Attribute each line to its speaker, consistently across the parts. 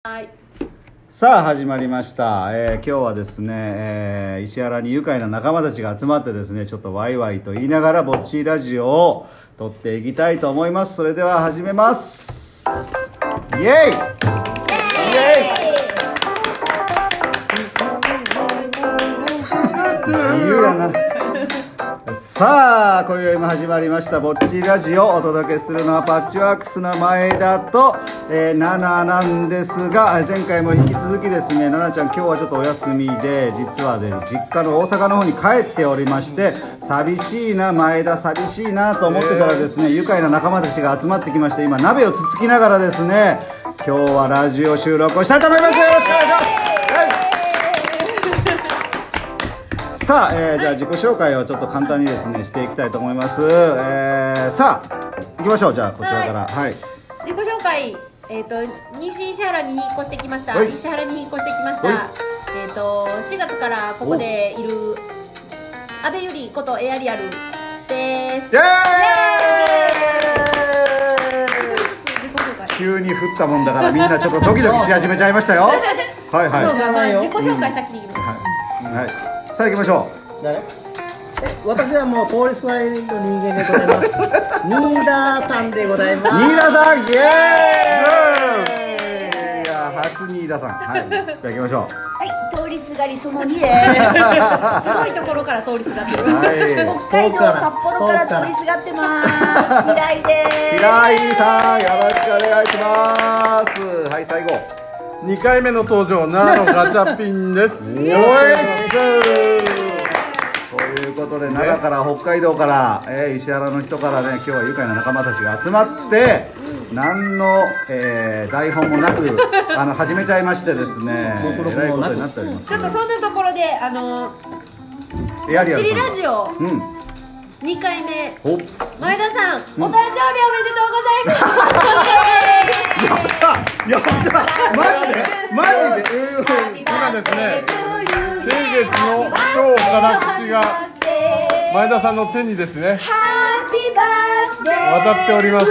Speaker 1: はい。
Speaker 2: さあ始まりました、今日はですね、石原に愉快な仲間たちが集まってですね、ちょっとワイワイと言いながらぼっちーラジオを撮っていきたいと思います。それでは始めます。イエイイエイ自由やな。さあ今宵も始まりましたぼっちーラジオ。お届けするのはパッチワークスの前田と、ナナなんですが、前回も引き続きですね、ナナちゃん今日はちょっとお休みで、実はね実家の大阪の方に帰っておりまして、寂しいな前田寂しいなと思ってたらですね、愉快な仲間たちが集まってきまして、今鍋をつつきながらですね、今日はラジオ収録をしたいと思います。よろしくお願いします。さあ、じゃあ自己紹介をちょっと簡単にですねしていきたいと思います。さあ行きましょう。じゃあこちらから、はい、
Speaker 1: 自己紹介、西石原に引っ越してきました。
Speaker 2: はい、
Speaker 1: 石原に引っ越してきました。
Speaker 2: はい、
Speaker 1: 4月からここでいる阿部ゆりことエアリアルです。
Speaker 2: イエーイ。
Speaker 1: 自己紹介
Speaker 2: 急に降ったもんだからみんなちょっとドキドキし始めちゃいましたよ。はいはい
Speaker 1: そうか、まあ、自己紹介先に言いましょう。
Speaker 2: はい、さあ行きましょう。
Speaker 3: 誰？私はもう通りすがりの人間でございます。新田さんでございます。
Speaker 2: 新田さん、イエーイ。いや初新田さん、はい、じゃあ行きましょう。
Speaker 4: はい、通りすがりその2で
Speaker 1: すごいところから通りすがってる。
Speaker 2: はい
Speaker 4: 北海道札幌から通りすがってます。平井です。
Speaker 2: 平井さん、よろしくお願いします。はい、最後
Speaker 5: 2回目の登場、奈良のガチャピンです。
Speaker 2: おいっす。ということで、奈良から北海道から、石原の人からね、今日は愉快な仲間たちが集まって、何の、台本もなく始めちゃいましてですね、えらいことになっております。
Speaker 1: ちょっとそんなところで
Speaker 2: エアリアルさん、
Speaker 1: チリラジオ
Speaker 2: うん、
Speaker 1: 2回目、
Speaker 2: お
Speaker 1: 前田さん、お誕生日おめでとうございます。
Speaker 2: やったマジで
Speaker 5: 今ですね、先月の超辛口が前田さんの手にですね渡っております。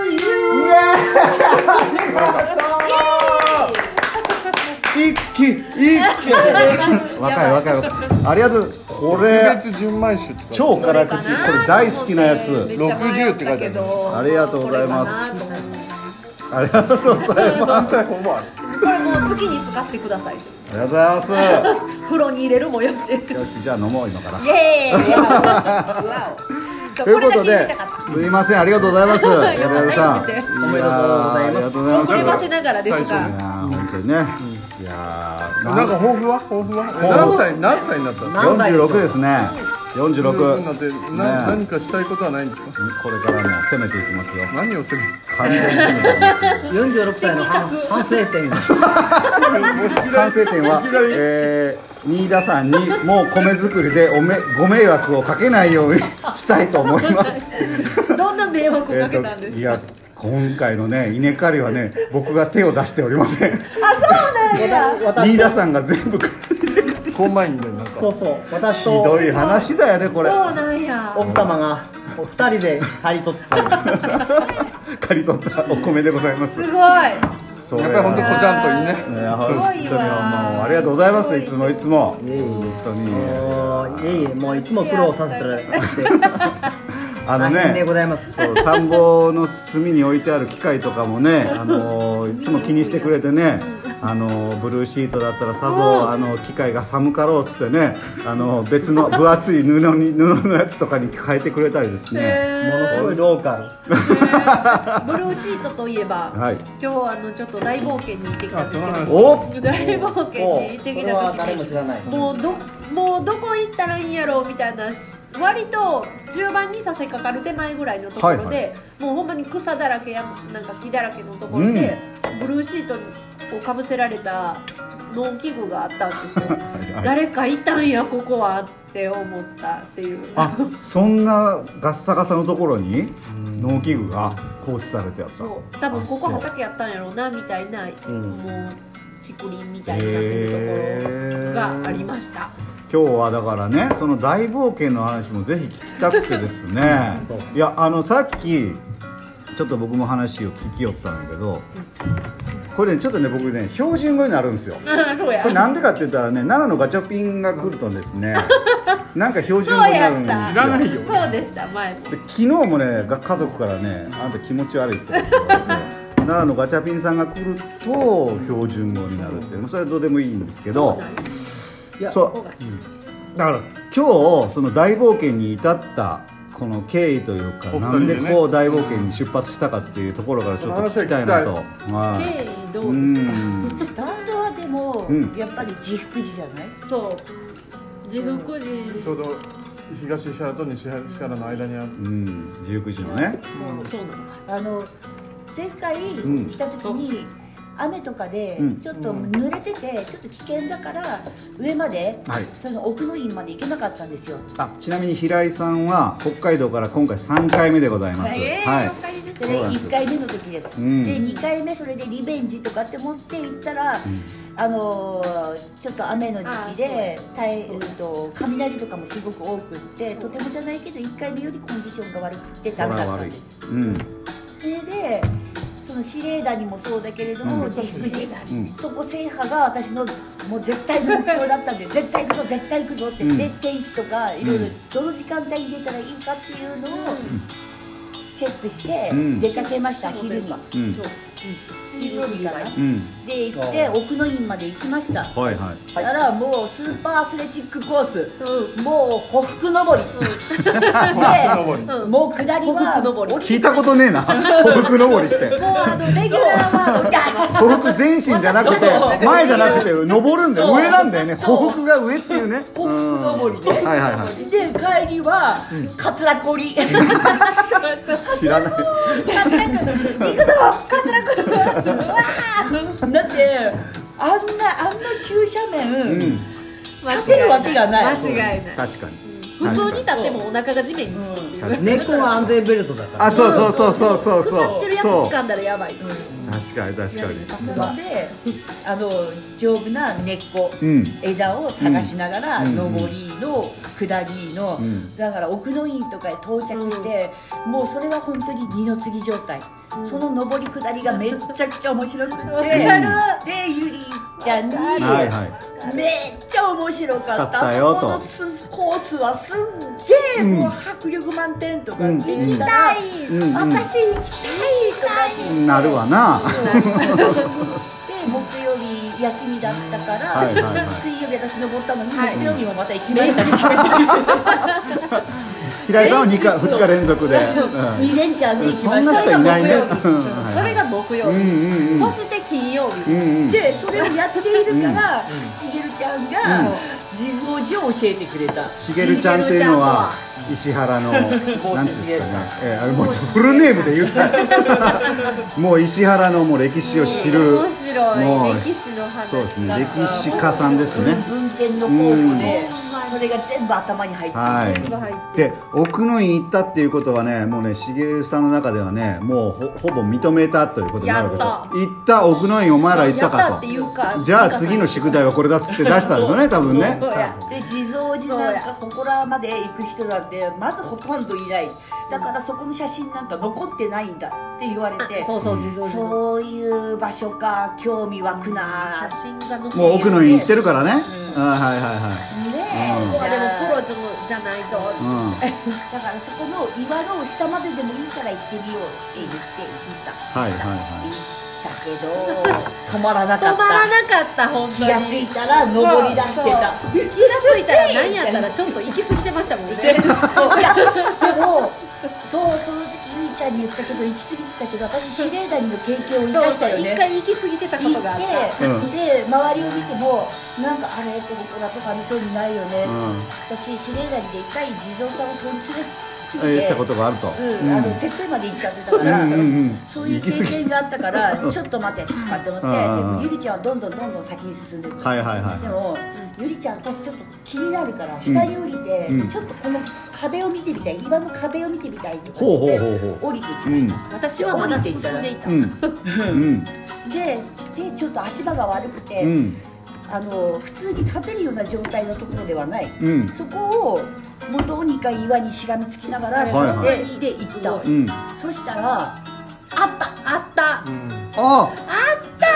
Speaker 2: 一気若いありがとう。これ
Speaker 5: 特別純米酒って
Speaker 2: 超辛口、これ大好きなやつ。
Speaker 5: 60って書いてある。
Speaker 2: ありがとうございます。ありがとうございます。
Speaker 1: これもう好きに使ってください。
Speaker 2: ありがとうございます。
Speaker 1: 風呂に入れるもよし。
Speaker 2: よし、じゃあ飲もう今から。
Speaker 1: イエーイ。
Speaker 2: ということで、すいません、ありがとうございます。やべやべさん、
Speaker 1: おめでとう
Speaker 3: ございます。
Speaker 2: ありがとうございます。
Speaker 1: 励ませながらですが、
Speaker 2: いや本当にね、いや
Speaker 5: なんか抱負は何歳になったんですか
Speaker 2: 46ですね。46
Speaker 5: なって何かしたいことはないんですか。
Speaker 2: これからも攻めていきますよ。
Speaker 5: 何をする。
Speaker 2: 完全に攻めていきますよ。
Speaker 3: 46歳の反省点が。
Speaker 2: 反省点は、新田さんにもう米作りでご迷惑をかけないようにしたいと思います。
Speaker 1: どんな迷惑をかけたんですか。
Speaker 2: いや今回のね稲刈りはね、僕が手を出しておりません。
Speaker 1: あ、そうなんや。
Speaker 2: 新田さんが全部
Speaker 5: コンバインでなんか
Speaker 3: そうそう、私
Speaker 2: ひどい話だよねこれ。
Speaker 1: そうなんや。
Speaker 3: 奥様が2人で刈り取って
Speaker 2: 刈り取ったお米でございます。
Speaker 1: すごい。
Speaker 2: そ
Speaker 5: やっぱり本当こちゃんといいね。
Speaker 2: 本当にもうありがとうございます。いつも本当に
Speaker 3: もういつも苦労させてられて大変でございます。
Speaker 2: そう、田んぼの隅に置いてある機械とかもね、いつも気にしてくれてね、ブルーシートだったらさぞ機械が寒かろうっつってね、別の分厚い布のやつとかに変えてくれたりですね。
Speaker 3: ものすごいローカル。
Speaker 1: ブルーシートといえば、
Speaker 2: はい、
Speaker 1: 今日ちょっと大冒険に行ってきたんですけど、大冒険に行ってきた時に、もうどこ行ったらいいんやろうみたいな、割と中盤に差し掛かる手前ぐらいのところで、もうほんまに草だらけやなんか木だらけのところで、ブルーシートをかぶせられた農機具があったんですよ。誰かいたんやここはって思ったっていう。
Speaker 2: あ、そんなガッサガサのところに農機具が放置されてあった。
Speaker 1: そう、多分ここ畑やったんやろうなみたいな、もう竹林みたいになってるところがありました。
Speaker 2: 今日はだからね、その大冒険の話もぜひ聞きたくてですねいやさっきちょっと僕も話を聞きよったんだけど、 これねちょっとね僕ね標準語になるんですよ。
Speaker 1: そうや
Speaker 2: これなんでかって言ったらね奈良のガチャピンが来るとですねなんか標準語になるんですよ。
Speaker 5: 知らないよ
Speaker 1: そうでした前も。
Speaker 2: で昨日もね家族からねあんた気持ち悪いって言われて奈良のガチャピンさんが来ると標準語になるってそれはどうでもいいんですけど、そうだから今日その大冒険に至ったこの経緯というか、なんでこう大冒険に出発したかっていうところからちょっと聞きたいなと。
Speaker 1: 経緯どうですか？
Speaker 4: スタンドはでもやっぱり自福寺じゃない？
Speaker 1: そう自福寺
Speaker 5: ちょうど東石原と西石原の間にある
Speaker 2: 自福寺のね。
Speaker 1: そうなのか。
Speaker 4: 前回来た時に雨とかでちょっと濡れててちょっと危険だから上まで、その奥の院まで行けなかったんですよ。
Speaker 2: ちなみに平井さんは北海道から今回3回目でございます。
Speaker 4: それ1回目の時です。で2回目それでリベンジとかって持って行ったら、ちょっと雨の時期で雷とかもすごく多くってとてもじゃないけど1回目よりコンディションが悪くてダメだったんです。それでその司令団にもそうだけれども自福寺、そこ制覇が私のもう絶対の目標だったんで絶対行くぞ絶対行くぞって、で天気とかいろいろどの時間帯に出たらいいかっていうのをチェックして出かけました、昼に。水曜日かな、で行って奥の院まで行きました。だからもうスーパーアスレチックコース、もう歩幅登りで、もう下りは
Speaker 2: 聞いたことねえな歩幅登りって。
Speaker 4: もうレギュラーワードが
Speaker 2: 歩幅前進じゃなくて前じゃなくて登るんだよ、上なんだよね、歩幅が上っていうね、
Speaker 4: 歩幅登りで、で帰りは滑落降り
Speaker 2: 知らない。
Speaker 4: 行くぞ滑落だってあんな急斜面立てるわけがない。
Speaker 1: 間違いない。
Speaker 2: 確かに
Speaker 1: 普通に立ってもお腹が地面につくっていう。
Speaker 3: 根っこは安全ベルトだから。
Speaker 2: そう
Speaker 1: 腐ってるやつ掴んだらやばい。
Speaker 2: 確かに確かに。
Speaker 4: なので丈夫な根っこ、枝を探しながら上りの下りの、だから奥の院とかへ到着して、もうそれは本当に二の次状態。その上り下りがめっちゃくちゃ面白くて、でゆりちゃんにめっちゃ面白かった、そこのコースはすんげえもう迫力満点とか、行きたい、私行きたいとか
Speaker 2: なるわな。
Speaker 4: で木曜日休みだったから、水曜日私登ったのに木曜日もまた行きました。
Speaker 2: 平井さんは2日連続で
Speaker 4: 2連チャンで行きました。
Speaker 2: そんな人いないね。
Speaker 1: それが木曜日、そして金曜日
Speaker 4: でそれをやっているからしげるちゃんが地蔵寺を教えてくれた。
Speaker 2: しげるちゃんっていうのは石原のなんていうんですかね、もうフルネームで言ったもう石原のもう歴史を知る、
Speaker 1: 面白い歴史の話。
Speaker 2: そうですね、歴史家さんですね。
Speaker 4: 文献の宝庫でそれが全部頭に入ってる。
Speaker 2: で奥の院行ったっていうことはね、もうねしげるさんの中ではねもうほぼ認めたということになるわけですよ。行った奥の院お前ら行ったかと、じゃあ次の宿題はこれだっつって出したんですよね多分ね。
Speaker 4: で地蔵寺なんか祠まで行く人なんてまずほとんどいない。だからそこの写真なんか残ってないんだって言われて、そういう場所か興味湧くな。
Speaker 1: 写真が
Speaker 2: もう奥の院行ってるからね。
Speaker 1: そこはでもプロじゃないと。
Speaker 4: だからそこの岩の下まででもいいから行ってみようって言って行った。だけど止まらなかった本当に。気がついたら登り出してた。
Speaker 1: 気がついたら何やったらちょっと行き過ぎてましたもんね。で
Speaker 4: もその時ゆりちゃんに言ったけど行き過ぎてたけど、私司令団の経験を生かしたよね。
Speaker 1: 一回行き過ぎてたことがあった。
Speaker 4: で周りを見てもなんかあれって僕らとかありそうにないよね。私司令団で一回地蔵さんを通り過ぎて
Speaker 2: 言ったことがあると、
Speaker 4: てっぺんまで行っちゃってたから、そういう経験があったからちょっと待ってって思って、でもゆりちゃんはどんどん先に進んでる。でもゆりちゃん私ちょっと気になるから下に降りて、ちょっとこの壁を見てみたい、岩の壁を見てみたいとかして降りてきました。
Speaker 1: 私はまだ進んでいた。
Speaker 4: でちょっと足場が悪くて、普通に立てるような状態のところではない、そこをもうどうにか岩にしがみつきながらで行った。そしたらあった
Speaker 2: あった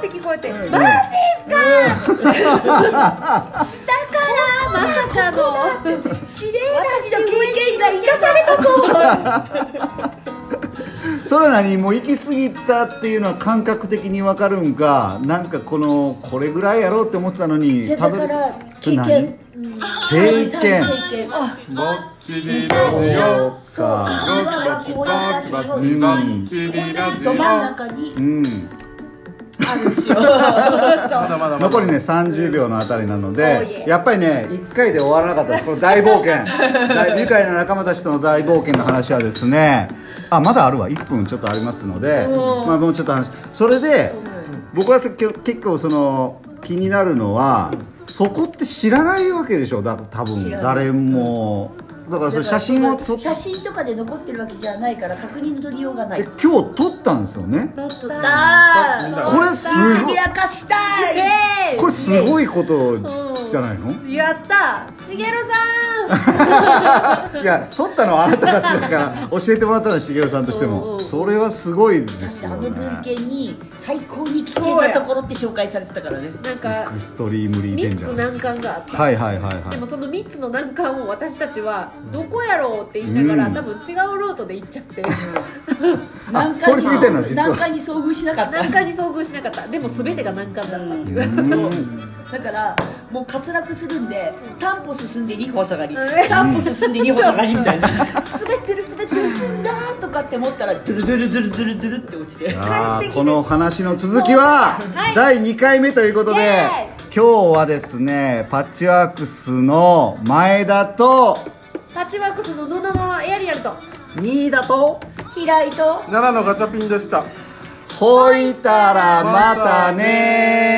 Speaker 1: って聞こえて、マジっすか下からまさかの
Speaker 4: 指令たちの経験が生かされたぞ
Speaker 2: それなにもう行き過ぎたっていうのは感覚的に分かるんか、なんかこれぐらいやろうって思ってたのに、
Speaker 4: だから経験
Speaker 2: 経験
Speaker 5: ぼっちりラジオぼっちぼっちぼっちぼっちぼっちりラジオ
Speaker 4: ど真ん中にあるんですよ
Speaker 2: 残りね30秒のあたりなので、やっぱりね1回で終わらなかったです。この大冒険愉快な仲間たちとの大冒険の話はですね、まだあるわ、1分ちょっとありますので、もうちょっと話、それで僕は結構気になるのは、そこって知らないわけでしょ、多分誰も。だからそれ写真
Speaker 4: とかで残ってるわけじゃないから確認の取りようがない。
Speaker 2: 今日撮ったんですよね。
Speaker 4: 撮った
Speaker 2: これすごい、
Speaker 4: 明かしたい。
Speaker 2: これすごいことじゃないの？
Speaker 1: やったしげる
Speaker 2: さんいや撮ったのはあなたたちだから教えてもらったのはしげるさんとしても、それはすごいですよね。
Speaker 4: あの文献に最高に危険なところって紹介されてたからね。
Speaker 1: なんか
Speaker 2: エクストリームリーデンジャー
Speaker 1: 3つ難関があった。
Speaker 2: はいはいはいはい。
Speaker 1: でもその3つの難関を私たちはどこやろうって言いながら、多分違うルートで行っちゃって
Speaker 2: 通り過ぎてんの、実は
Speaker 4: 難関に遭遇しなかった。
Speaker 1: 難関に遭遇しなかった。でも全てが難関だったっていう
Speaker 4: だからもう滑落するんで3歩進んで2歩下がり、3歩進んで2歩下がりみたいな滑ってる進んだとかって思ったらドゥルドゥルドゥルドゥルドゥルって落ちて、
Speaker 2: この話の続きは第2回目ということで、今日はですねパッチワークスの前田と
Speaker 1: パッチワークスの布のエアリアルと
Speaker 3: 新田と
Speaker 4: 平井と
Speaker 5: 奈良のガチャピンでした。
Speaker 2: ほいたらまたね。